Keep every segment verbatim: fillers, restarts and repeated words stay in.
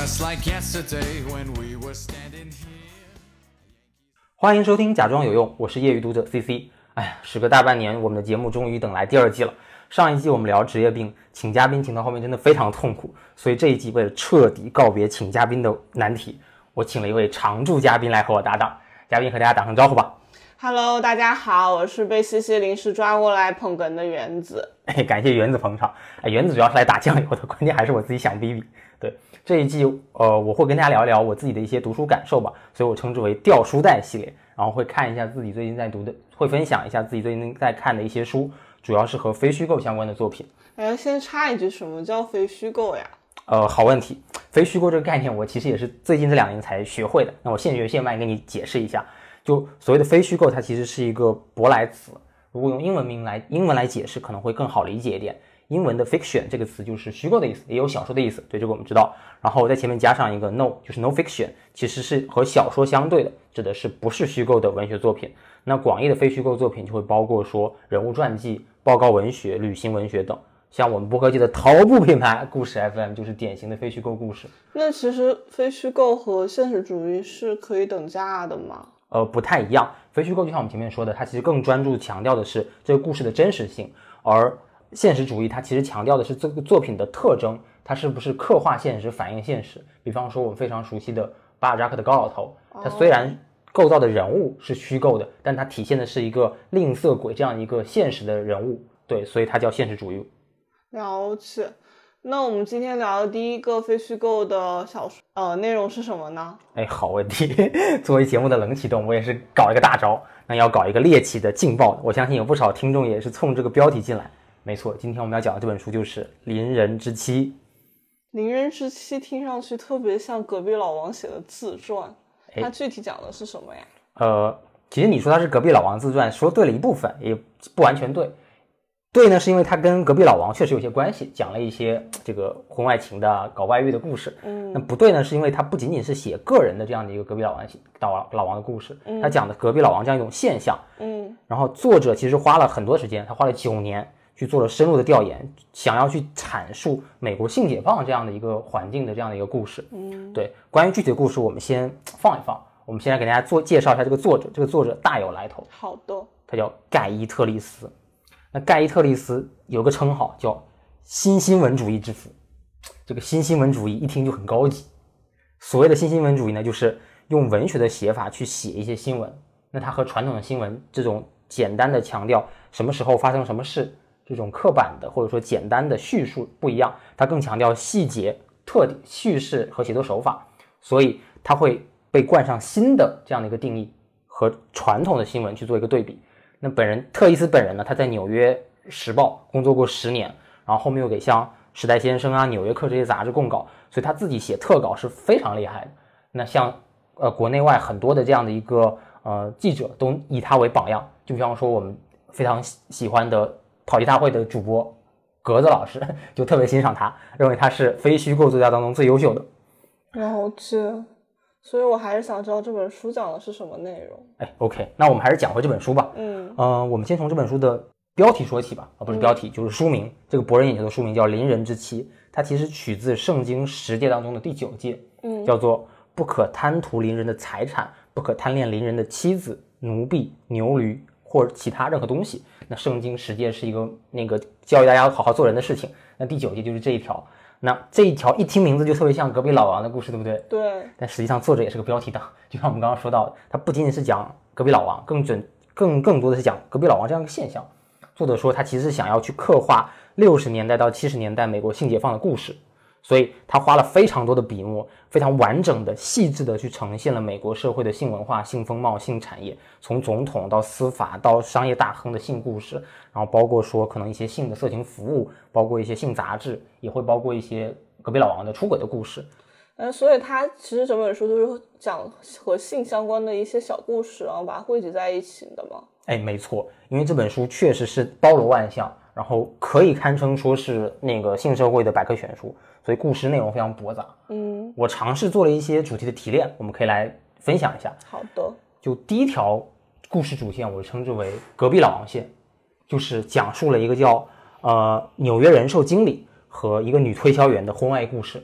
just like yesterday when we were standing here。 欢迎收听假装有用，我是业余读者 C C。 哎呀，时隔大半年，我们的节目终于等来第二季了。上一季我们聊职业病，请嘉宾请到后面真的非常痛苦，所以这一季为了彻底告别请嘉宾的难题，我请了一位常驻嘉宾来和我搭档。嘉宾和大家打声招呼吧。 Hello， 大家好，我是被西西临时抓过来捧哏的原子。 哎，感谢原子捧场。哎，原子主要是来打酱油的，关键还是我自己想逼逼。对，这一季呃，我会跟大家聊一聊我自己的一些读书感受吧，所以我称之为掉书袋系列。然后会看一下自己最近在读的，会分享一下自己最近在看的一些书，主要是和非虚构相关的作品。 哎，先插一句，什么叫非虚构呀？ 呃，好问题。非虚构这个概念，我其实也是最近这两年才学会的。那我现学现卖跟你解释一下。就所谓的非虚构，它其实是一个舶来词，如果用英文名来英文来解释，可能会更好理解一点。英文的 fiction 这个词就是虚构的意思，也有小说的意思，对，这个我们知道。然后在前面加上一个 no， 就是 no fiction， 其实是和小说相对的，指的是不是虚构的文学作品。那广义的非虚构作品就会包括说人物传记、报告文学、旅行文学等。像我们播客界的头部品牌故事 F M 就是典型的非虚构故事。 那其实非虚构和现实主义是可以等价的吗？ 呃，不太一样。非虚构就像我们前面说的，它其实更专注强调的是这个故事的真实性，而现实主义它其实强调的是这个作品的特征，它是不是刻画现实、反映现实。比方说我们非常熟悉的巴尔扎克的高老头，他虽然构造的人物是虚构的，但它体现的是一个吝啬鬼这样一个现实的人物，对，所以它叫现实主义。 了解。那我们今天聊的第一个非虚构的小说，呃，内容是什么呢？ 哎，好问题。作为节目的冷启动，我也是搞一个大招，那要搞一个猎奇的、劲爆的。我相信有不少听众也是冲这个标题进来。没错，今天我们要讲的这本书就是《邻人之妻》。 邻人之妻听上去特别像隔壁老王写的自传，它具体讲的是什么呀？ 呃，其实你说它是隔壁老王自传，说对了一部分，也不完全对。对呢，是因为他跟隔壁老王确实有些关系，讲了一些这个婚外情的、搞外遇的故事。嗯，那不对呢，是因为他不仅仅是写个人的这样的一个隔壁老王老老王的故事，他讲的隔壁老王这样一种现象。嗯，然后作者其实花了很多时间，他花了九年去做了深入的调研，想要去阐述美国性解放这样的一个环境的这样的一个故事。嗯，对，关于具体的故事，我们先放一放。我们先来给大家做介绍一下这个作者，这个作者大有来头。 好的， 他叫盖伊特利斯。那盖伊特利斯有个称号叫新新闻主义之父，这个新新闻主义一听就很高级。所谓的新新闻主义呢，就是用文学的写法去写一些新闻。那它和传统的新闻这种简单的强调什么时候发生什么事，这种刻板的或者说简单的叙述不一样，它更强调细节、特点、叙事和写作手法，所以它会被冠上新的这样的一个定义，和传统的新闻去做一个对比。那本人特伊斯本人呢，他在纽约时报工作过十年，然后后面又给像时代先生啊、纽约客这些杂志供稿，所以他自己写特稿是非常厉害的。那像呃国内外很多的这样的一个呃记者都以他为榜样，就比方说我们非常喜欢的跑题大会的主播格子老师就特别欣赏他，认为他是非虚构作家当中最优秀的。 了解。所以我还是想知道这本书讲的是什么内容。 哎 OK， 那我们还是讲回这本书吧。嗯呃我们先从这本书的标题说起吧，啊不是标题、嗯、就是书名。这个博人眼球的书名叫《邻人之妻》，它其实取自圣经十诫当中的第九诫，嗯，叫做不可贪图邻人的财产，不可贪恋邻人的妻子、奴婢、牛驴或者其他任何东西。那圣经十诫是一个那个教育大家要好好做人的事情，那第九诫就是这一条。那这一条一听名字就特别像隔壁老王的故事，对不对？ 对。 但实际上作者也是个标题党，就像我们刚刚说到的，他不仅仅是讲隔壁老王，更准更更多的是讲隔壁老王这样一个现象。作者说他其实是想要去刻画六十年代到七十年代美国性解放的故事，所以他花了非常多的笔墨，非常完整的、细致的去呈现了美国社会的性文化、性风貌、性产业，从总统到司法到商业大亨的性故事，然后包括说可能一些性的色情服务，包括一些性杂志，也会包括一些隔壁老王的出轨的故事。 嗯，所以他其实整本书都是讲和性相关的一些小故事，然后把它汇集在一起的嘛。 哎，没错，因为这本书确实是包罗万象，然后可以堪称说是那个性社会的百科全书，所以故事内容非常博杂。嗯，我尝试做了一些主题的提炼，我们可以来分享一下。 好的。就第一条故事主线，我称之为隔壁老王线，就是讲述了一个叫呃纽约人寿经理和一个女推销员的婚外故事。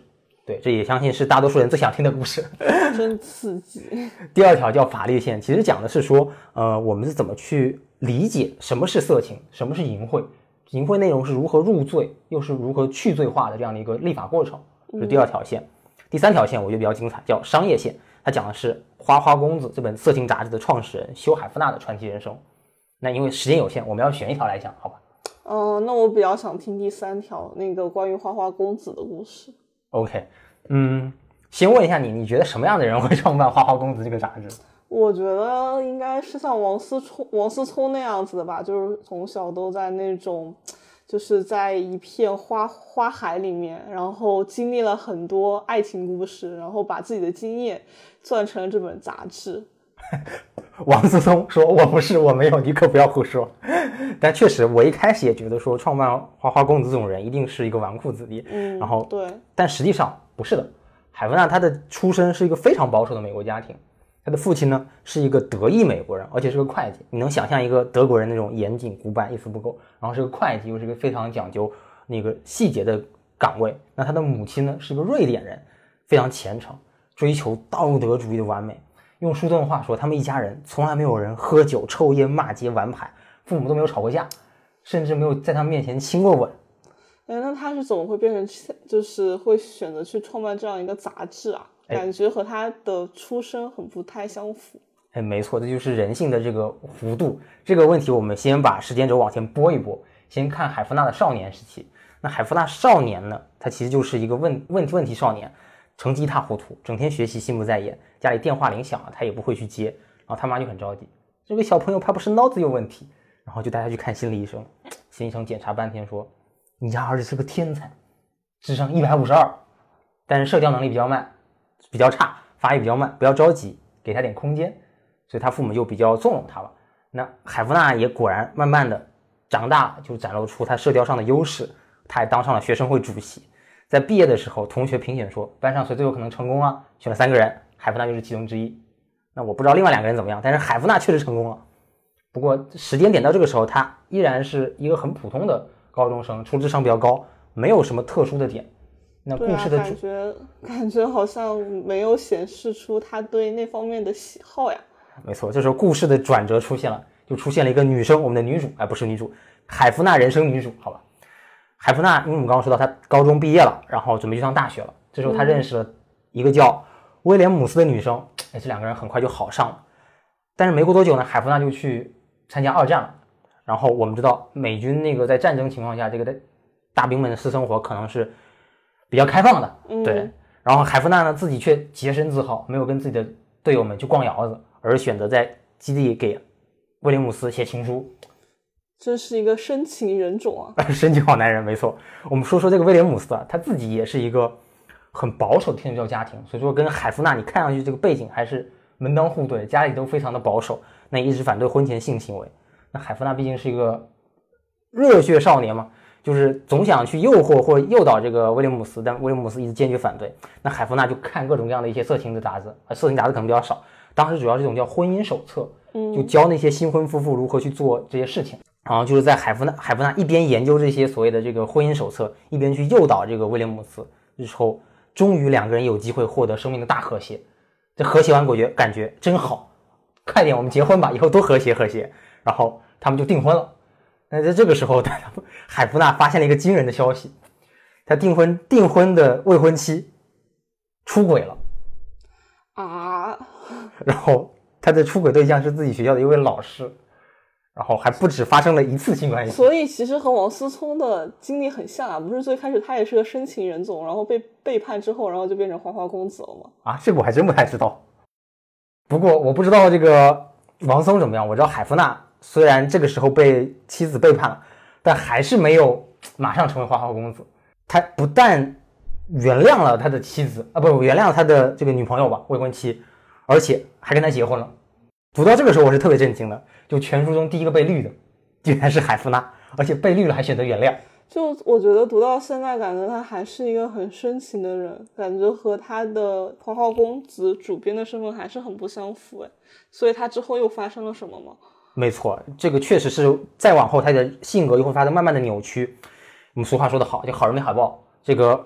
对，这也相信是大多数人最想听的故事。 真刺激。 第二条叫法律线，其实讲的是说，呃，我们是怎么去理解什么是色情，什么是淫秽，淫秽内容是如何入罪，又是如何去罪化的这样的一个立法过程，这是第二条线。嗯、第三条线我觉得比较精彩，叫商业线，它讲的是《花花公子》这本色情杂志的创始人休海夫纳的传奇人生。那因为时间有限，我们要选一条来讲，好吧？ 嗯、呃，那我比较想听第三条，那个关于花花公子的故事。 OK， 嗯，先问一下你，你觉得什么样的人会创办《花花公子》这个杂志？ 我觉得应该是像王思聪、王思聪那样子的吧，就是从小都在那种，就是在一片花花海里面，然后经历了很多爱情故事，然后把自己的经验攥成了这本杂志。 王思聪说：“我不是，我没有，你可不要胡说。”但确实，我一开始也觉得说，创办花花公子这种人一定是一个纨绔子弟。 嗯， 然后对， 但实际上不是的。海夫纳他的出身是一个非常保守的美国家庭，他的父亲呢是一个德裔美国人，而且是个会计。你能想象一个德国人那种严谨古板、一丝不苟，然后是个会计，又是一个非常讲究那个细节的岗位。那他的母亲呢是个瑞典人，非常虔诚，追求道德主义的完美。用书中的话说，他们一家人从来没有人喝酒、抽烟、骂街、玩牌，父母都没有吵过架，甚至没有在他们面前亲过吻。 哎，那他是怎么会变成，就是会选择去创办这样一个杂志啊？感觉和他的出身很不太相符。 哎，没错，这就是人性的这个弧度。这个问题我们先把时间轴往前拨一拨，先看海夫纳的少年时期。那海夫纳少年呢，他其实就是一个问问题问题少年。成绩一塌糊涂，整天学习心不在焉，家里电话铃响了他也不会去接，然后他妈就很着急，这个小朋友怕不是脑子有问题，然后就带他去看心理医生。心理医生检查半天说，你家儿子是个天才，智商一百五十二，但是社交能力比较慢，比较差，发育比较慢，不要着急，给他点空间。所以他父母就比较纵容他了。那海夫纳也果然慢慢的长大，就展露出他社交上的优势，他还当上了学生会主席。在毕业的时候，同学评选说班上谁最有可能成功啊？选了三个人，海夫纳就是其中之一。那我不知道另外两个人怎么样，但是海夫纳确实成功了。不过时间点到这个时候，他依然是一个很普通的高中生，初智商比较高，没有什么特殊的点。那故事的、 啊、感觉感觉好像没有显示出他对那方面的喜好呀。 没错，这时候故事的转折出现了，就出现了一个女生，我们的女主，哎，不是女主，海夫纳人生女主，好吧。海夫纳，因为我们刚刚说到他高中毕业了，然后准备去上大学了。这时候他认识了一个叫威廉姆斯的女生，哎，这两个人很快就好上了。但是没过多久呢，海夫纳就去参加二战了。然后我们知道美军那个在战争情况下，这个大兵们的私生活可能是比较开放的， 嗯、 对。然后海夫纳呢自己却洁身自好，没有跟自己的队友们去逛窑子，而选择在基地给威廉姆斯写情书。 这是一个深情人种啊！ 深情好男人，没错。我们说说这个威廉姆斯啊，他自己也是一个很保守的天主教家庭，所以说跟海夫纳你看上去这个背景还是门当户对，家里都非常的保守，那也一直反对婚前性行为。那海夫纳毕竟是一个热血少年嘛，就是总想去诱惑或诱导这个威廉姆斯，但威廉姆斯一直坚决反对。那海夫纳就看各种各样的一些色情的杂志，色情杂志可能比较少，当时主要是一种叫婚姻手册，就教那些新婚夫妇如何去做这些事情。然后就是在海夫纳海夫纳一边研究这些所谓的这个婚姻手册，一边去诱导这个威廉姆斯，之后终于两个人有机会获得生命的大和谐。这和谐完感觉感觉真好，快点我们结婚吧，以后多和谐和谐。然后他们就订婚了。那在这个时候，海夫纳发现了一个惊人的消息，他订婚订婚的未婚妻出轨了啊！ 然后他的出轨对象是自己学校的一位老师。然后还不止发生了一次性关系， 所以其实和王思聪的经历很像啊，不是最开始他也是个深情人种，然后被背叛之后，然后就变成花花公子了吗？ 啊，这个我还真不太知道。不过我不知道这个王松怎么样，我知道海夫纳虽然这个时候被妻子背叛了，但还是没有马上成为花花公子。他不但原谅了他的妻子啊，不，原谅了他的这个女朋友吧，未婚妻，而且还跟他结婚了。读到这个时候我是特别震惊的，就全书中第一个被绿的居然是海夫纳，而且被绿了还选择原谅。 就我觉得读到现在感觉他还是一个很深情的人，感觉和他的花花公子主编的身份还是很不相符诶。所以他之后又发生了什么吗？ 没错，这个确实是再往后他的性格又会发生慢慢的扭曲。我们俗话说得好，就好人没好报，这个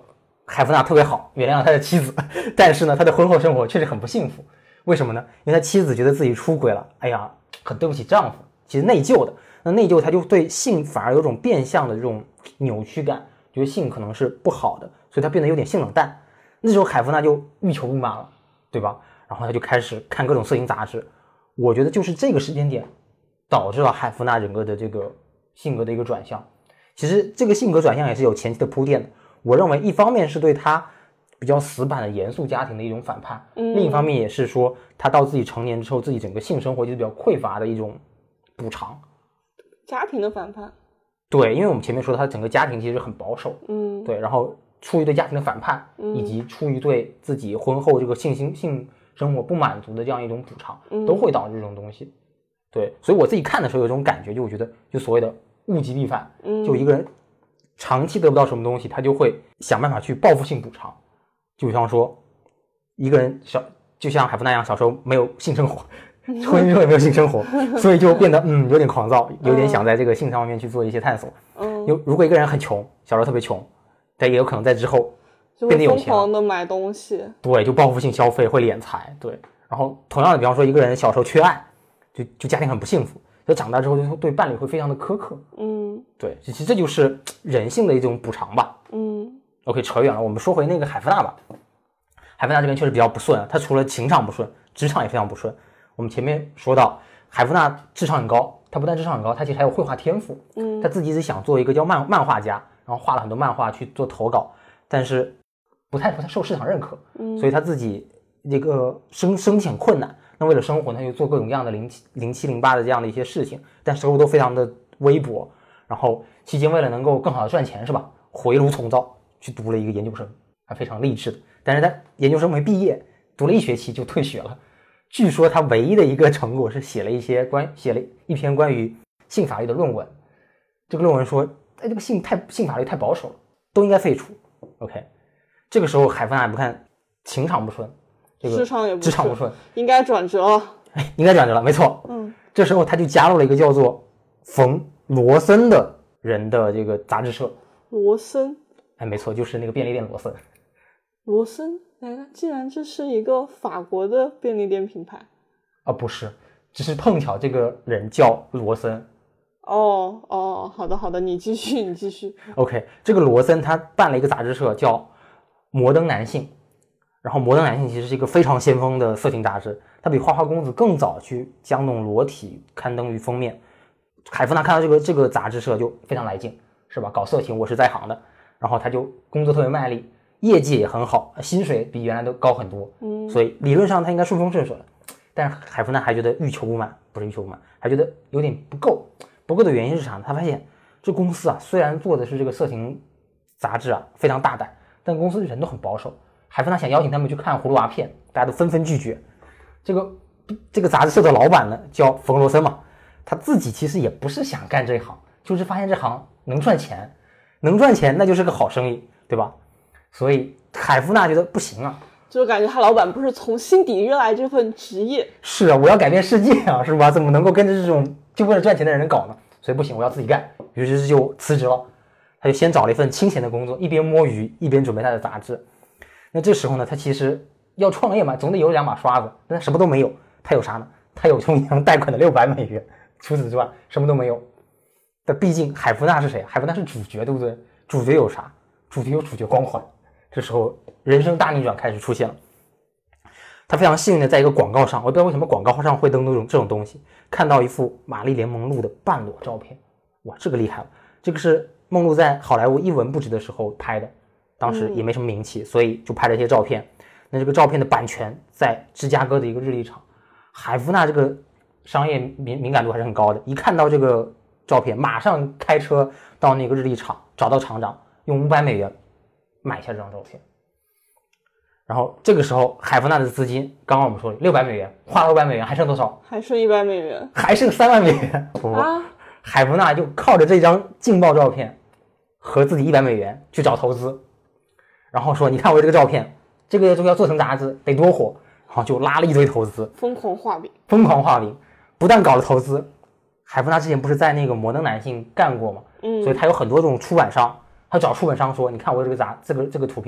海夫纳特别好，原谅了他的妻子，但是呢，他的婚后生活确实很不幸福。为什么呢？因为他妻子觉得自己出轨了，哎呀，很对不起丈夫，其实内疚的。那内疚他就对性反而有种变相的这种扭曲感，觉得性可能是不好的，所以他变得有点性冷淡。那时候海夫纳就欲求不满了，对吧？然后他就开始看各种色情杂志。我觉得就是这个时间点导致了海夫纳整个的这个性格的一个转向。其实这个性格转向也是有前期的铺垫的。我认为一方面是对他比较死板的严肃家庭的一种反叛， 嗯、 另一方面也是说他到自己成年之后，自己整个性生活就是比较匮乏的一种补偿。 家庭的反叛， 对，因为我们前面说他整个家庭其实很保守， 嗯， 对，然后出于对家庭的反叛， 嗯、 以及出于对自己婚后这个性性性生活不满足的这样一种补偿， 嗯、 都会导致这种东西。对，所以我自己看的时候有一种感觉，就我觉得就所谓的物极必反， 嗯、 就一个人长期得不到什么东西，他就会想办法去报复性补偿。就比方说，一个人小就像海夫那样，小时候没有性生活，婚姻之后也没有性生活，所以就变得嗯有点狂躁，有点想在这个性方面去做一些探索。 嗯， 有如果一个人很穷，小时候特别穷，但也有可能在之后变得有钱， 就会疯狂的买东西， 对，就报复性消费，会敛财，对。然后同样的，比方说一个人小时候缺爱，就就家庭很不幸福，就长大之后就对伴侣会非常的苛刻。 嗯， 对，其实这就是人性的一种补偿吧。 嗯。 OK， 扯远了，我们说回那个海夫纳吧。海夫纳这边确实比较不顺，他除了情场不顺，职场也非常不顺。我们前面说到，海夫纳智商很高，他不但智商很高，他其实还有绘画天赋。 嗯， 他自己一直想做一个叫漫漫画家，然后画了很多漫画去做投稿，但是不太不太受市场认可。 嗯， 所以他自己这个生生计很困难。那为了生活，他就做各种各样的零七零七零八的这样的一些事情，但收入都非常的微薄。然后期间为了能够更好的赚钱，是吧？回炉重造。去读了一个研究生，还非常励志的。但是他研究生没毕业，读了一学期就退学了。据说他唯一的一个成果是写了一些关写了一篇关于性法律的论文。这个论文说，哎，这个性太性法律太保守了，都应该废除。OK， 这个时候海夫纳不看情场不顺，这个职场也不职场不顺， 应该转折了。 哎，应该转折了，没错。 嗯， 这时候他就加入了一个叫做冯罗森的人的这个杂志社。 罗森。 哎，没错，就是那个便利店罗森。 罗森，哎，竟然这是一个法国的便利店品牌啊？不是，只是碰巧这个人叫罗森。 哦哦，好的好的，你继续你继续。 OK， 这个罗森他办了一个杂志社叫摩登男性，然后摩登男性其实是一个非常先锋的色情杂志，他比花花公子更早去将那种裸体刊登于封面。海夫纳看到这个这个杂志社就非常来劲，是吧？搞色情我是在行的。然后他就工作特别卖力，业绩也很好，薪水比原来都高很多， 嗯， 所以理论上他应该顺风顺水了。但是海夫纳还觉得欲求不满，不是欲求不满，还觉得有点不够。不够的原因是啥呢？他发现这公司啊，虽然做的是这个色情杂志啊，非常大胆，但公司人都很保守。海夫纳想邀请他们去看葫芦娃片，大家都纷纷拒绝。这个这个杂志社的老板呢，叫冯罗森嘛，他自己其实也不是想干这一行，就是发现这行能赚钱。能赚钱那就是个好生意，对吧？所以海夫纳觉得不行啊， 就感觉他老板不是从心底热爱这份职业。 是啊，我要改变世界啊，是吧？怎么能够跟着这种就为了赚钱的人搞呢？所以不行，我要自己干，于是就辞职了。他就先找了一份清闲的工作，一边摸鱼一边准备他的杂志。那这时候呢，他其实要创业嘛，总得有两把刷子，但他什么都没有。他有啥呢？他有从银行贷款的六百美元，除此之外什么都没有。但毕竟海夫纳是谁？海夫纳是主角，对不对？主角有啥？主角有主角光环。这时候人生大逆转开始出现了。他非常幸运的在一个广告上，我不知道为什么广告上会登这种这种东西，看到一幅玛丽莲梦露的半裸照片。哇，这个厉害了！这个是梦露在好莱坞一文不值的时候拍的，当时也没什么名气，所以就拍了一些照片。那这个照片的版权在芝加哥的一个日历厂。海夫纳这个商业敏敏感度还是很高的，一看到这个照片，马上开车到那个日历厂，找到厂长，用五百美元买下这张照片。然后这个时候，海夫纳的资金，刚刚我们说六百美元，花了五百美元，还剩多少？ 还剩一百美元， 还剩三万美元。不、 啊， 海夫纳就靠着这张劲爆照片和自己一百美元去找投资，然后说：“你看我这个照片，这个就要做成杂志，得多火。”然后就拉了一堆投资， 疯狂画饼， 疯狂画饼，不但搞了投资，海夫纳之前不是在那个摩登男性干过吗？ 嗯， 所以他有很多这种出版商，他找出版商说：“你看我这个杂这个这个图片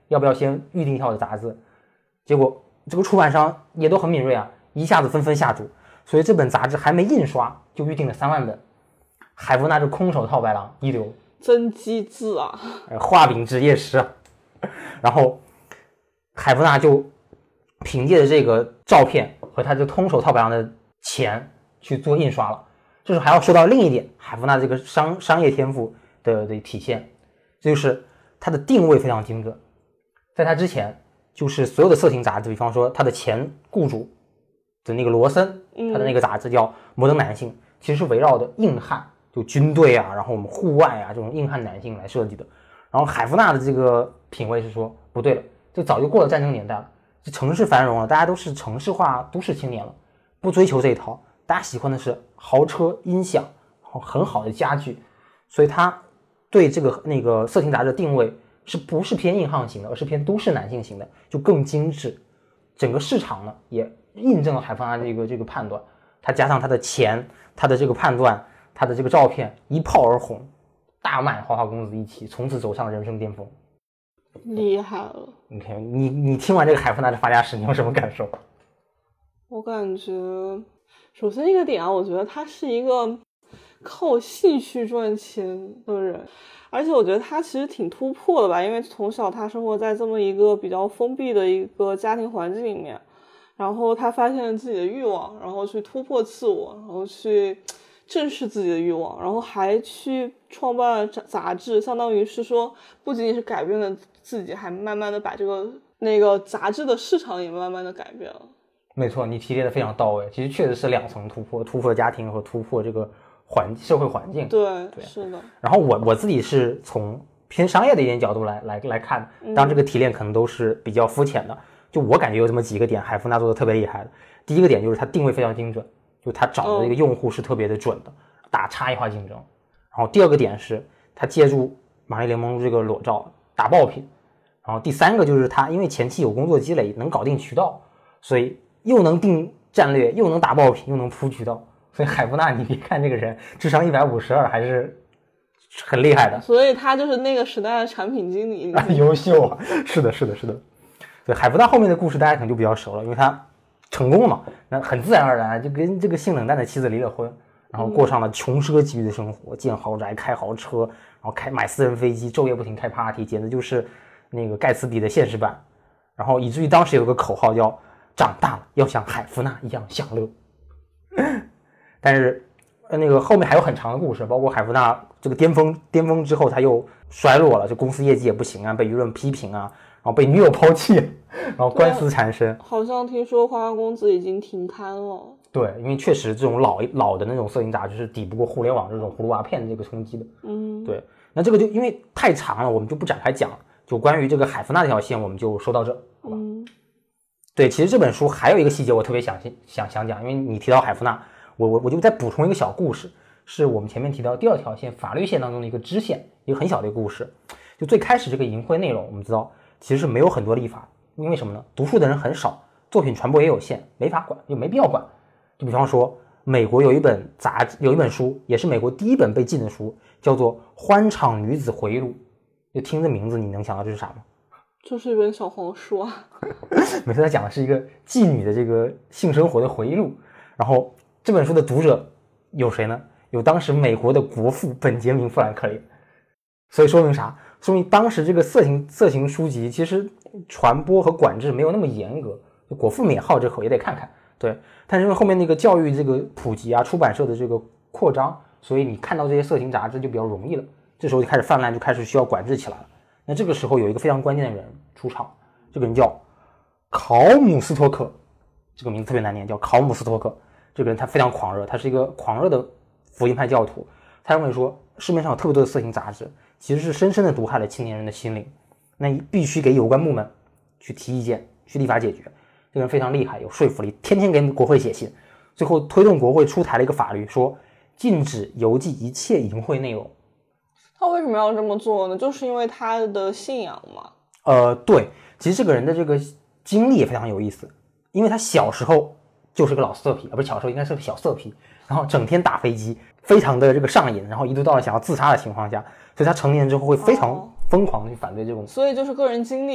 要不要先预定一下我的杂志？结果这个出版商也都很敏锐啊，一下子纷纷下注，所以这本杂志还没印刷就预定了三万本。海夫纳这空手套白狼一流， 真机智啊！ 画饼之夜师。然后海夫纳就凭借着这个照片和他这空手套白狼的钱去做印刷了。这时候还要说到另一点，海夫纳这个商商业天赋的的体现，这就是他的定位非常精准。在他之前，就是所有的色情杂志，比方说他的前雇主的那个罗森，他的那个杂志叫《摩登男性》，其实是围绕的硬汉，就军队啊，然后我们户外啊这种硬汉男性来设计的。然后海夫纳的这个品味是说，不对了，这早就过了战争年代了，这城市繁荣了，大家都是城市化都市青年了，不追求这一套，大家喜欢的是豪车、音响，很好的家具，所以他对这个那个色情杂志的定位是不是偏硬汉型的，而是偏都市男性型的，就更精致。整个市场呢也印证了海夫纳这个这个判断，他加上他的钱，他的这个判断，他的这个照片一炮而红，大卖花花公子一起，从此走上人生巅峰。 厉害了。 OK， 你你听完这个海夫纳的发家史，你有什么感受？ 我感觉首先一个点啊，我觉得他是一个靠兴趣赚钱的人，而且我觉得他其实挺突破的吧，因为从小他生活在这么一个比较封闭的一个家庭环境里面，然后他发现了自己的欲望，然后去突破自我，然后去正视自己的欲望，然后还去创办了杂志，相当于是说不仅仅是改变了自己，还慢慢的把这个那个杂志的市场也慢慢的改变了。 没错，你提炼的非常到位，其实确实是两层突破，突破家庭和突破这个环社会环境。 对， 对， 是的。 然后我我自己是从偏商业的一点角度来来来看，当然这个提炼可能都是比较肤浅的，就我感觉有这么几个点，海夫纳做的特别厉害的。第一个点就是他定位非常精准，就他找的这个用户是特别的准的，打差异化竞争。然后第二个点是他借助玛丽莲梦露这个裸照打爆品。然后第三个就是他因为前期有工作积累，能搞定渠道，所以又能定战略，又能打爆品，又能铺渠道。所以海夫纳你别看这个人智商一百五十二还是很厉害的， 所以他就是那个时代的产品经理。 优秀啊，是的是的是的。对，海夫纳后面的故事大家可能就比较熟了，因为他成功了嘛，那很自然而然就跟这个性冷淡的妻子离了婚，然后过上了穷奢极欲的生活，建豪宅，开豪车，然后开买私人飞机，昼夜不停开 party， 简直就是那个盖茨比的现实版。然后以至于当时有个口号叫长大了要像海夫纳一样享乐。但是那个后面还有很长的故事，包括海夫纳这个巅峰巅峰之后他又衰落了，就公司业绩也不行啊，被舆论批评啊，然后被女友抛弃，然后官司缠身。 好像听说花花公子已经停刊了。 对，因为确实这种老老的那种色情杂志是抵不过互联网这种葫芦娃片这个冲击的。 嗯， 对，那这个就因为太长了，我们就不展开讲了。就关于这个海夫纳这条线，我们就说到这，好吧？ 嗯， 对，其实这本书还有一个细节我特别想想想讲，因为你提到海夫纳，我我我就再补充一个小故事，是我们前面提到第二条线法律线当中的一个支线，一个很小的一个故事。就最开始这个淫秽内容，我们知道其实是没有很多立法，因为什么呢？读书的人很少，作品传播也有限，没法管，就没必要管。就比方说，美国有一本杂志，有一本书，也是美国第一本被禁的书，叫做《欢场女子回忆录》。就听这名字，你能想到这是啥吗？ 就是一本小黄书啊。 每次他讲的是一个妓女的这个性生活的回忆录。然后这本书的读者有谁呢？有当时美国的国父本杰明·富兰克林。所以说明啥？说明当时这个色情色情书籍其实传播和管制没有那么严格。就国父免号这口也得看看。对，但是因为后面那个教育这个普及啊，出版社的这个扩张，所以你看到这些色情杂志就比较容易了。这时候就开始泛滥，就开始需要管制起来了。那这个时候有一个非常关键的人出场，这个人叫考姆斯托克，这个名字特别难念，叫考姆斯托克。这个人他非常狂热，他是一个狂热的福音派教徒。他认为说市面上有特别多的色情杂志，其实是深深的毒害了青年人的心灵，那必须给有关部门去提意见，去立法解决。这个人非常厉害，有说服力，天天给国会写信，最后推动国会出台了一个法律，说禁止邮寄一切淫秽内容。 他为什么要这么做呢？就是因为他的信仰嘛。 呃，对，其实这个人的这个经历也非常有意思，因为他小时候就是个老色批，啊，不是小时候应该是个小色批，然后整天打飞机，非常的这个上瘾，然后一度到了想要自杀的情况下，所以他成年之后会非常疯狂的去反对这种。 所以就是个人经历。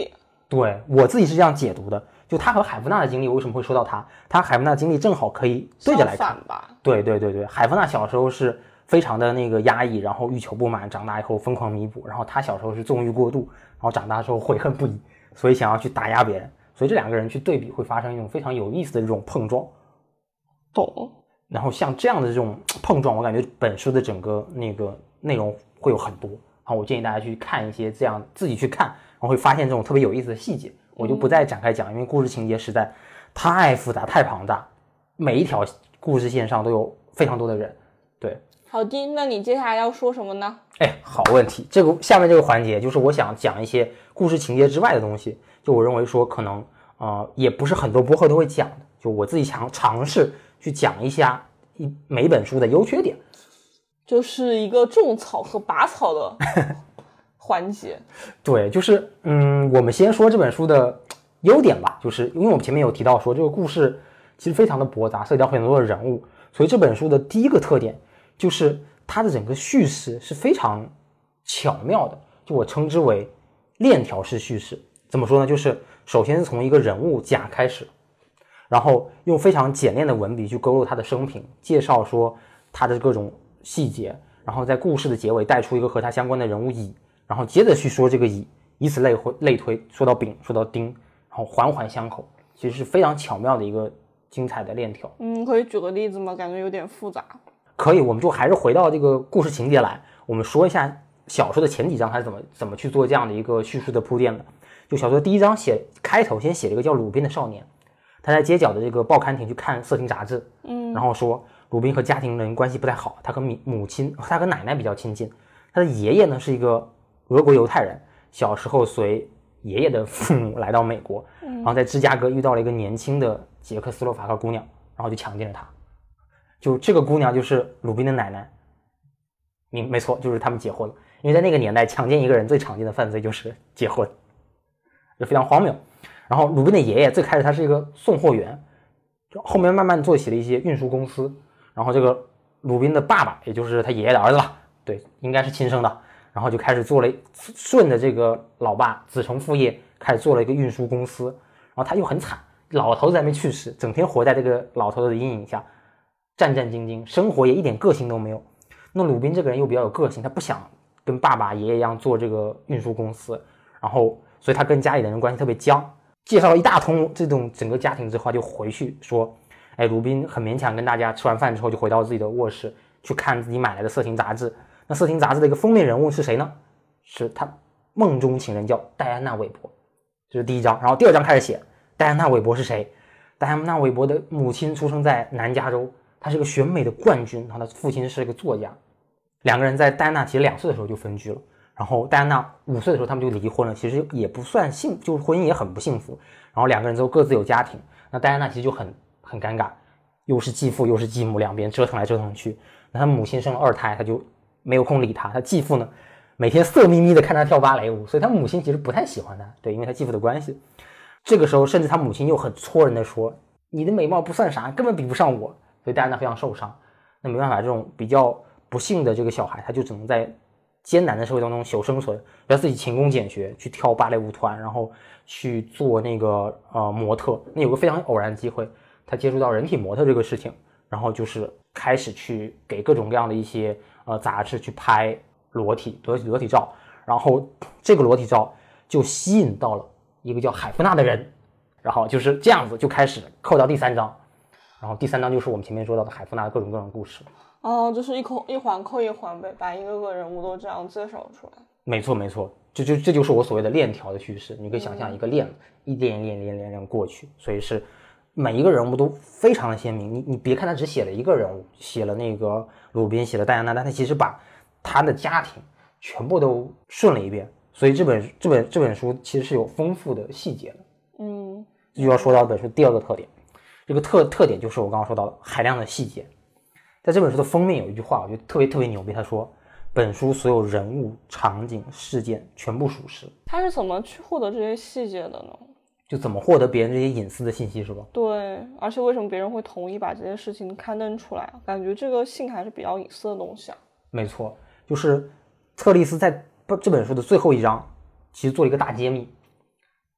对，我自己是这样解读的，就他和海夫纳的经历，我为什么会说到他？他海夫纳的经历正好可以对着来看吧？ 对对对对，海夫纳小时候是非常的那个压抑，然后欲求不满，长大以后疯狂弥补，然后他小时候是纵欲过度，然后长大之后悔恨不已，所以想要去打压别人，所以这两个人去对比会发生一种非常有意思的这种碰撞。 懂。然后像这样的这种碰撞，我感觉本书的整个那个内容会有很多。好，我建议大家去看一些这样自己去看，然后会发现这种特别有意思的细节。我就不再展开讲，因为故事情节实在太复杂、太庞大，每一条故事线上都有非常多的人。对， 好的，那你接下来要说什么呢？ 哎，好问题。这个下面这个环节就是我想讲一些故事情节之外的东西，就我认为说可能呃也不是很多播客都会讲的，就我自己想尝试去讲一下一每本书的优缺点， 就是一个种草和拔草的环节。 对，就是嗯，我们先说这本书的优点吧，就是因为我们前面有提到说这个故事其实非常的驳杂，涉及到很多的人物，所以这本书的第一个特点就是它的整个叙事是非常巧妙的，就我称之为链条式叙事。怎么说呢？就是首先是从一个人物甲开始，然后用非常简练的文笔去勾勒他的生平，介绍说他的各种细节，然后在故事的结尾带出一个和他相关的人物乙，然后接着去说这个乙，以此类推类推，说到丙，说到丁，然后环环相扣，其实是非常巧妙的一个精彩的链条。 嗯，可以举个例子吗？感觉有点复杂。 可以，我们就还是回到这个故事情节来，我们说一下小说的前几章它是怎么怎么去做这样的一个叙述的铺垫的。就小说第一章写开头先写了一个叫鲁宾的少年，他在街角的这个报刊亭去看色情杂志， 嗯， 然后说鲁宾和家庭人关系不太好，他和母亲他和奶奶比较亲近，他的爷爷呢是一个俄国犹太人，小时候随爷爷的父母来到美国，然后在芝加哥遇到了一个年轻的捷克斯洛伐克姑娘，然后就强奸了她。就这个姑娘就是鲁宾的奶奶，没没错，就是他们结婚了。因为在那个年代，强奸一个人最常见的犯罪就是结婚，就非常荒谬。然后鲁宾的爷爷最开始他是一个送货员，后面慢慢做起了一些运输公司。然后这个鲁宾的爸爸，也就是他爷爷的儿子了，对，应该是亲生的，然后就开始做了，顺着这个老爸子承父业，开始做了一个运输公司。然后他又很惨，老头子还没去世，整天活在这个老头子的阴影下，战战兢兢，生活也一点个性都没有。那鲁宾这个人又比较有个性，他不想跟爸爸爷爷一样做这个运输公司，然后所以他跟家里的人关系特别僵。介绍了一大通这种整个家庭之后，就回去说，哎，鲁宾很勉强跟大家吃完饭之后，就回到自己的卧室去看自己买来的色情杂志。那色情杂志的一个封面人物是谁呢？是他梦中情人，叫戴安娜·韦伯，这是第一章。然后第二章开始写戴安娜·韦伯是谁？戴安娜·韦伯的母亲出生在南加州，她是个选美的冠军，然后她父亲是一个作家。两个人在戴安娜其实两岁的时候就分居了，然后戴安娜五岁的时候他们就离婚了，其实也不算幸，就是婚姻也很不幸福。然后两个人之后各自有家庭，那戴安娜其实就很很尴尬，又是继父又是继母，两边折腾来折腾去。那他母亲生了二胎，他就没有空理他。他继父呢，每天色眯眯的看他跳芭蕾舞，所以他母亲其实不太喜欢他，对，因为他继父的关系。这个时候，甚至他母亲又很戳人的说：“你的美貌不算啥，根本比不上我。”所以戴安娜非常受伤。那没办法，这种比较不幸的这个小孩，他就只能在艰难的社会当中求生存，要自己勤工俭学，去跳芭蕾舞团，然后去做那个呃模特。那有个非常偶然的机会，他接触到人体模特这个事情，然后就是开始去给各种各样的一些呃杂志去拍裸体裸体裸体照，然后这个裸体照就吸引到了一个叫海夫纳的人，然后就是这样子就开始扣到第三章，然后第三章就是我们前面说到的海夫纳的各种各种故事。 哦，就是一扣一环扣一环呗，把一个个人物都这样介绍出来。 没错没错，这就这就是我所谓的链条的叙事。你可以想象一个链，嗯、一链一链一链一链过去，所以是每一个人物都非常的鲜明。你你别看他只写了一个人物，写了那个鲁宾，写了戴安娜，但他其实把他的家庭全部都顺了一遍。所以这本这本这本书其实是有丰富的细节的。 嗯， 这就要说到本书第二个特点，这个特特点就是我刚刚说到的海量的细节。在这本书的封面有一句话，我觉得特别特别牛逼。他说，本书所有人物、场景、事件全部属实。 他是怎么去获得这些细节的呢？ 就怎么获得别人这些隐私的信息，是吧？ 对，而且为什么别人会同意把这件事情刊登出来？感觉这个信还是比较隐私的东西啊。 没错，就是特丽斯在这本书的最后一章，其实做了一个大揭秘。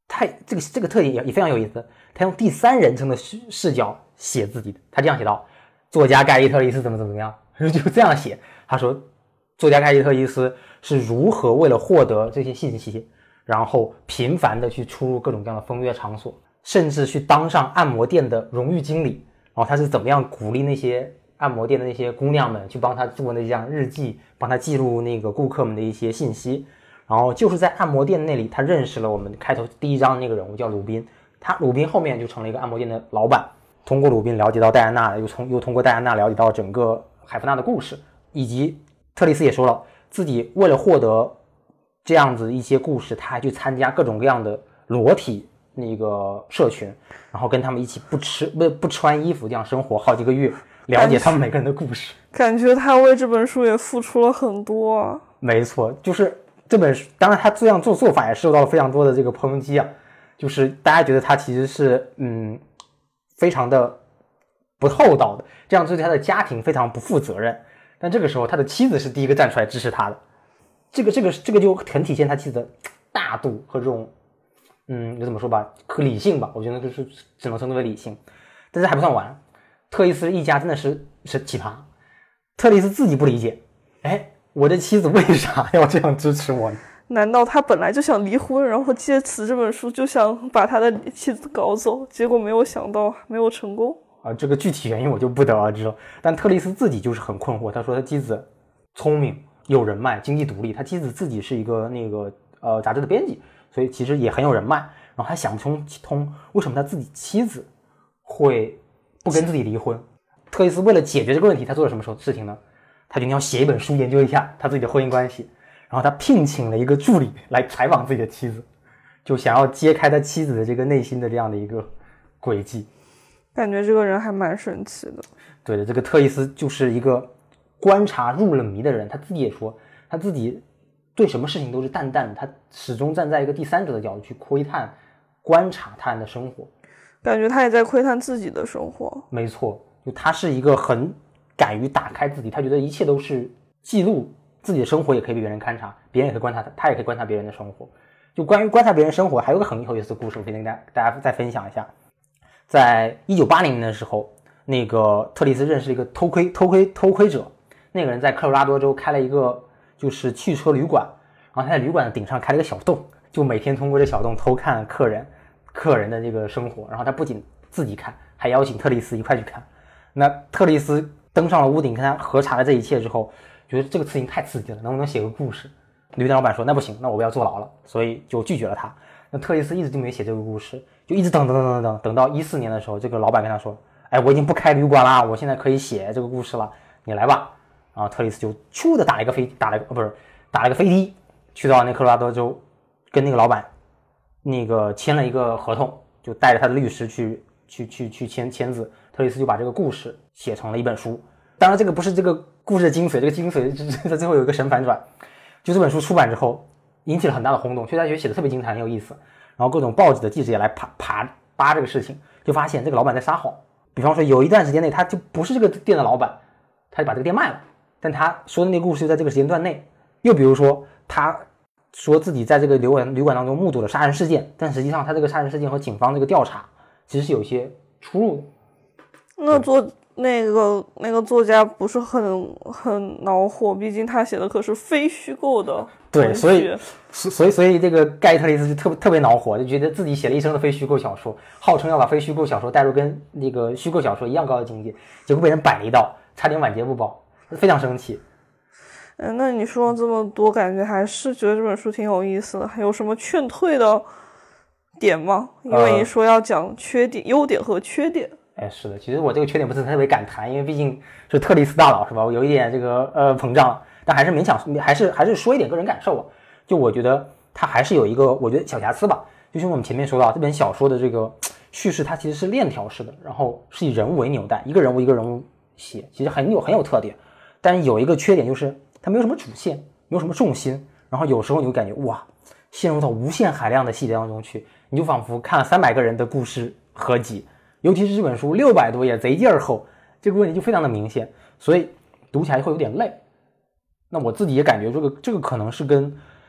他这个这个特点也也非常有意思，他用第三人称的视视角写自己的。他这样写道：作家盖伊特利斯怎么怎么样，就这样写。他说，作家盖伊特利斯是如何为了获得这些信息，然后频繁的去出入各种各样的风月场所，甚至去当上按摩店的荣誉经理。然后他是怎么样鼓励那些按摩店的那些姑娘们去帮他做那样日记，帮他记录那个顾客们的一些信息。然后就是在按摩店那里，他认识了我们开头第一章的那个人物叫鲁宾，他鲁宾后面就成了一个按摩店的老板。通过鲁宾了解到戴安娜，又从又通过戴安娜了解到整个海芙娜的故事，以及特丽斯也说了，自己为了获得这样子一些故事，他还去参加各种各样的裸体那个社群，然后跟他们一起不吃不不穿衣服这样生活好几个月，了解他们每个人的故事。 感觉他为这本书也付出了很多啊。 没错，就是这本书，当然他这样做做法也受到了非常多的这个抨击啊，就是大家觉得他其实是嗯非常的不厚道的，这样对他的家庭非常不负责任。但这个时候他的妻子是第一个站出来支持他的，这个这个这个就很体现他妻子的大度和这种嗯怎么说吧，可理性吧，我觉得就是只能称之为理性。但是还不算完，特丽斯一家真的是是奇葩。特丽斯自己不理解，哎，我的妻子为啥要这样支持我呢？ 难道他本来就想离婚，然后借此这本书就想把他的妻子搞走，结果没有想到没有成功啊？这个具体原因我就不得而知了。但特丽斯自己就是很困惑，他说他妻子聪明、有人脉、经济独立，他妻子自己是一个那个呃杂志的编辑，所以其实也很有人脉。然后还想不通通为什么他自己妻子会不跟自己离婚。特丽斯为了解决这个问题，他做了什么事情呢？他决定要写一本书，研究一下他自己的婚姻关系。然后他聘请了一个助理来采访自己的妻子，就想要揭开他妻子的这个内心的这样的一个轨迹。 感觉这个人还蛮神奇的。 对的，这个特丽斯就是一个观察入了迷的人，他自己也说他自己对什么事情都是淡淡的，他始终站在一个第三者的角度去窥探观察他人的生活。 感觉他也在窥探自己的生活。 没错，就他是一个很敢于打开自己，他觉得一切都是记录，自己的生活也可以被别人观察，别人也可以观察他，他也可以观察别人的生活。就关于观察别人生活，还有个很有意思的故事，我可以跟大家大家再分享一下。在一九八零年的时候，那个特丽斯认识了一个偷窥偷窥偷窥者，那个人在科罗拉多州开了一个就是汽车旅馆，然后他在旅馆的顶上开了一个小洞，就每天通过这小洞偷看客人客人的这个生活。然后他不仅自己看，还邀请特丽斯一块去看。那特丽斯登上了屋顶，跟他核查了这一切之后，觉得这个事情太刺激了，能不能写个故事？旅馆老板说那不行，那我不要坐牢了，所以就拒绝了他。那特丽斯一直就没写这个故事，就一直等等等等等，等到一四年的时候，这个老板跟他说，哎，我已经不开旅馆啦，我现在可以写这个故事了，你来吧。然后特丽斯就咻的打了一个飞打了一个、哦、不是打了一个飞的，去到那科罗拉多州，跟那个老板那个签了一个合同，就带着他的律师去去去去签签字。特丽斯就把这个故事写成了一本书。当然这个不是这个故事的精髓，这个精髓在最后有一个神反转。就这本书出版之后引起了很大的轰动，所以大家觉得写的特别精彩，很有意思。然后各种报纸的记者也来爬爬扒这个事情，就发现这个老板在撒谎。比方说有一段时间内他就不是这个店的老板，他就把这个店卖了，但他说的那个故事就在这个时间段内。又比如说他说自己在这个旅馆旅馆当中目睹了杀人事件，但实际上他这个杀人事件和警方这个调查其实是有一些出入的。 那做那个那个作家不是很很恼火，毕竟他写的可是非虚构的。 对，所以所以所以这个盖特丽斯就特别特别恼火，就觉得自己写了一生的非虚构小说，号称要把非虚构小说带入跟那个虚构小说一样高的境界，结果被人摆了一道，差点晚节不保，非常生气。 嗯，那你说了这么多，感觉还是觉得这本书挺有意思的。还有什么劝退的点吗？因为你说要讲缺点、呃、优点和缺点。 哎，是的，其实我这个缺点不是特别敢谈，因为毕竟是特丽斯大佬是吧？我有一点这个呃膨胀了，但还是勉强，还是还是说一点个人感受啊。就我觉得它还是有一个我觉得小瑕疵吧，就是我们前面说到这本小说的这个叙事，它其实是链条式的，然后是以人物为纽带，一个人物一个人物写，其实很有很有特点。但是有一个缺点就是它没有什么主线，没有什么重心，然后有时候你会感觉哇，陷入到无限海量的细节当中去，你就仿佛看了三百个人的故事合集。尤其是这本书六百多页，贼劲儿厚，这个问题就非常的明显，所以读起来会有点累。那我自己也感觉这个这个可能是跟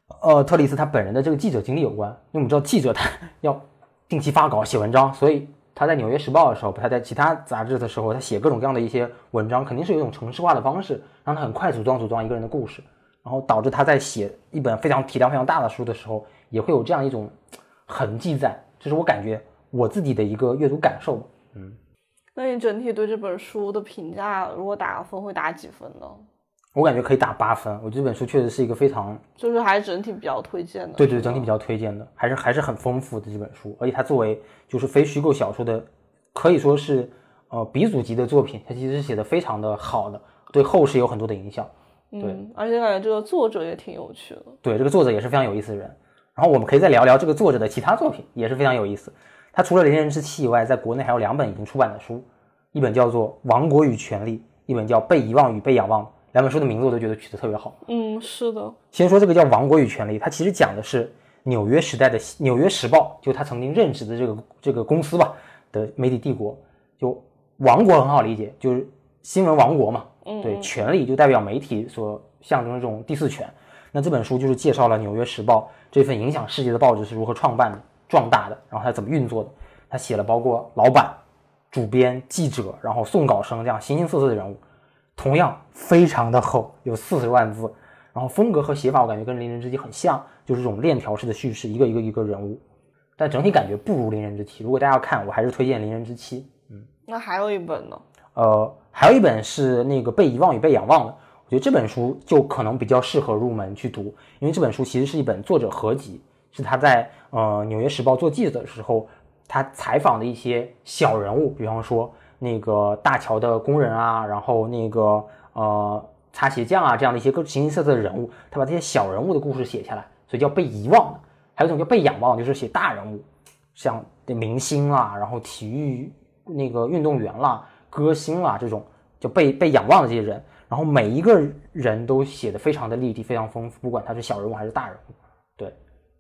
呃，特里斯他本人的这个记者经历有关，因为我们知道记者他要定期发稿写文章，所以他在《纽约时报》的时候，他在其他杂志的时候，他写各种各样的一些文章，肯定是有一种程式化的方式，让他很快组装组装一个人的故事，然后导致他在写一本非常体量非常大的书的时候，也会有这样一种痕迹在，这是我感觉我自己的一个阅读感受。嗯， 那你整体对这本书的评价，如果打分会打几分呢？ 我感觉可以打八分，我觉得这本书确实是一个非常， 就是还是整体比较推荐的。 对对，整体比较推荐的，还是还是很丰富的这本书，而且它作为就是非虚构小说的，可以说是呃鼻祖级的作品，它其实是写的非常的好的，对后世有很多的影响。对， 嗯，而且感觉这个作者也挺有趣的。 对，这个作者也是非常有意思的人。然后我们可以再聊聊这个作者的其他作品，也是非常有意思。他除了《邻人之妻》以外，在国内还有两本已经出版的书，一本叫做《王国与权力》，一本叫《被遗忘与被仰望》。两本书的名字我都觉得取得特别好。 嗯，是的。 先说这个叫《王国与权力》，它其实讲的是纽约时代的《纽约时报》，就他曾经任职的这个这个公司吧的媒体帝国。就王国很好理解，就是新闻王国嘛。 嗯， 对，权力就代表媒体所象征的这种第四权。那这本书就是介绍了《纽约时报》这份影响世界的报纸是如何创办的、壮大的，然后它怎么运作的。他写了包括老板、主编、记者，然后送稿生这样形形色色的人物。同样非常的厚，有四十万字，然后风格和写法我感觉跟《邻人之妻》很像，就是这种链条式的叙事，一个一个一个人物，但整体感觉不如《邻人之妻》。如果大家要看，我还是推荐《邻人之妻》。嗯， 那还有一本呢？ 呃，还有一本是那个《被遗忘与被仰望》的，我觉得这本书就可能比较适合入门去读，因为这本书其实是一本作者合集，是他在呃《纽约时报》做记者的时候，他采访的一些小人物，比方说那个大桥的工人啊，然后那个呃擦鞋匠啊，这样的一些各形形色色的人物，他把这些小人物的故事写下来，所以叫被遗忘的。还有一种叫被仰望，就是写大人物，像明星啦，然后体育那个运动员啦、歌星啦，这种就被被仰望的这些人，然后每一个人都写得非常的立体，非常丰富，不管他是小人物还是大人物。对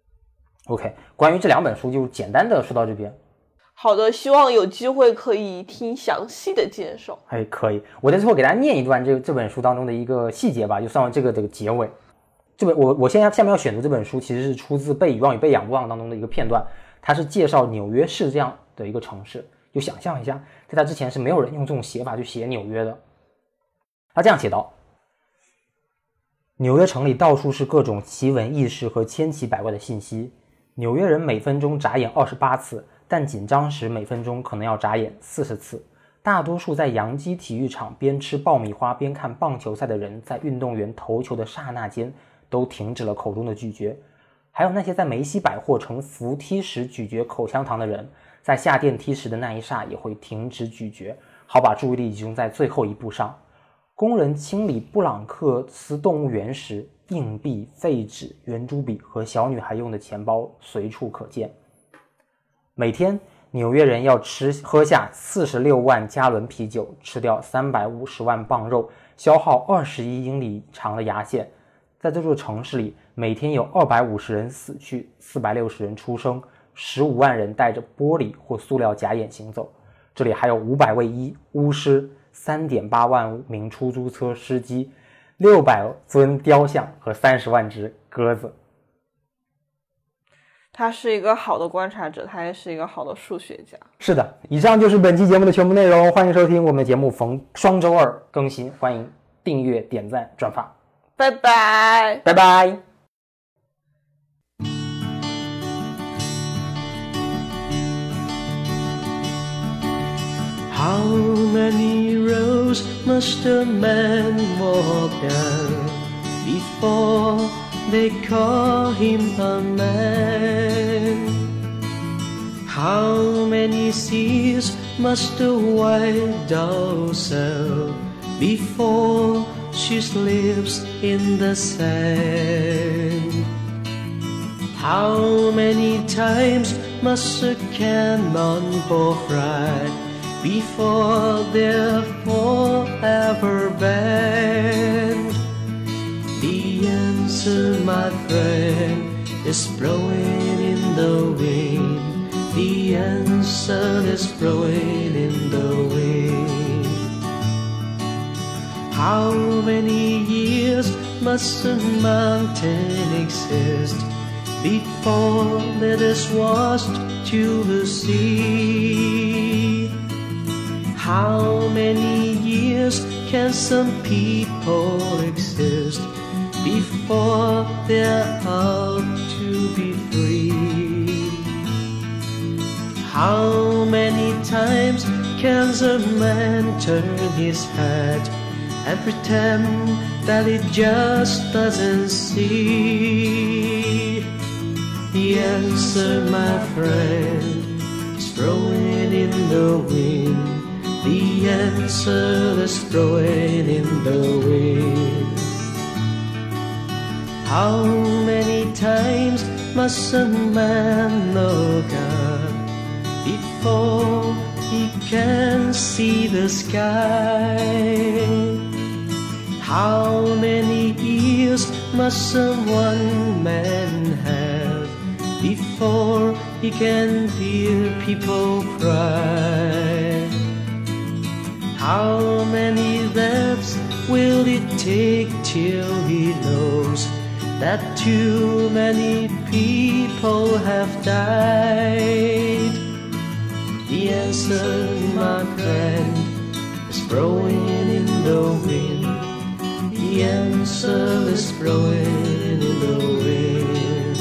，OK， 关于这两本书就简单的说到这边。 好的，希望有机会可以听详细的介绍。 哎，可以，我在最后给大家念一段这这本书当中的一个细节吧，就算这个这个结尾。这本我我现在下面要选读这本书，其实是出自《被遗忘与被仰望》当中的一个片段，它是介绍纽约市这样的一个城市。就想象一下，在它之前是没有人用这种写法去写纽约的。他这样写道：纽约城里到处是各种奇闻异事和千奇百怪的信息，纽约人每分钟眨眼二十八次。但紧张时每分钟可能要眨眼四十次。大多数在洋基体育场边吃爆米花边看棒球赛的人，在运动员投球的刹那间都停止了口中的咀嚼。还有那些在梅西百货乘扶梯时咀嚼口香糖的人，在下电梯时的那一刹也会停止咀嚼，好把注意力集中在最后一步上。工人清理布朗克斯动物园时，硬币、废纸、圆珠笔和小女孩用的钱包随处可见。每天纽约人要吃喝下四十六万加仑啤酒，吃掉三百五十万磅肉，消耗二十一英里长的牙线。在这座城市里，每天有二百五十人死去，四百六十人出生，十五万人带着玻璃或塑料假眼行走。这里还有五百位医巫师， 三点八万名出租车司机，六百尊雕像和三十万只鸽子。 他是一个好的观察者，他也是一个好的数学家。 是的，以上就是本期节目的全部内容，欢迎收听我们的节目，逢双周二更新，欢迎订阅、点赞、转发。 拜拜， 拜拜。 How many roads must a man walk down before they call him a man? How many seas must a white dove sail before she slips in the sand? How many times must a cannonball fry before they're forever banned? The answer, my friend, is blowing in the wind. The answer is blowing in the wind. How many years must a mountain exist before it is washed to the sea? How many years can some people exist before they're out to be free? How many times can a man turn his head and pretend that he just doesn't see? The answer, my friend, is blowing in the wind. The answer is blowing in the wind. How many times must a man know God before he can see the sky? How many years must one man have before he can hear people cry? How many deaths will it take till he knows that too many people have died? The answer, my friend, is blowing in the wind. The answer is blowing in the wind.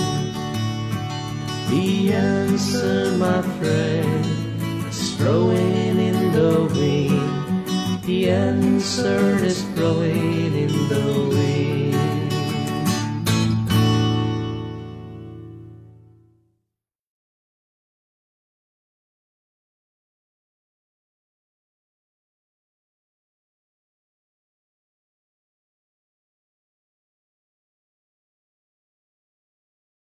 The answer, my friend, is blowing in the wind. The answer is blowing in the wind.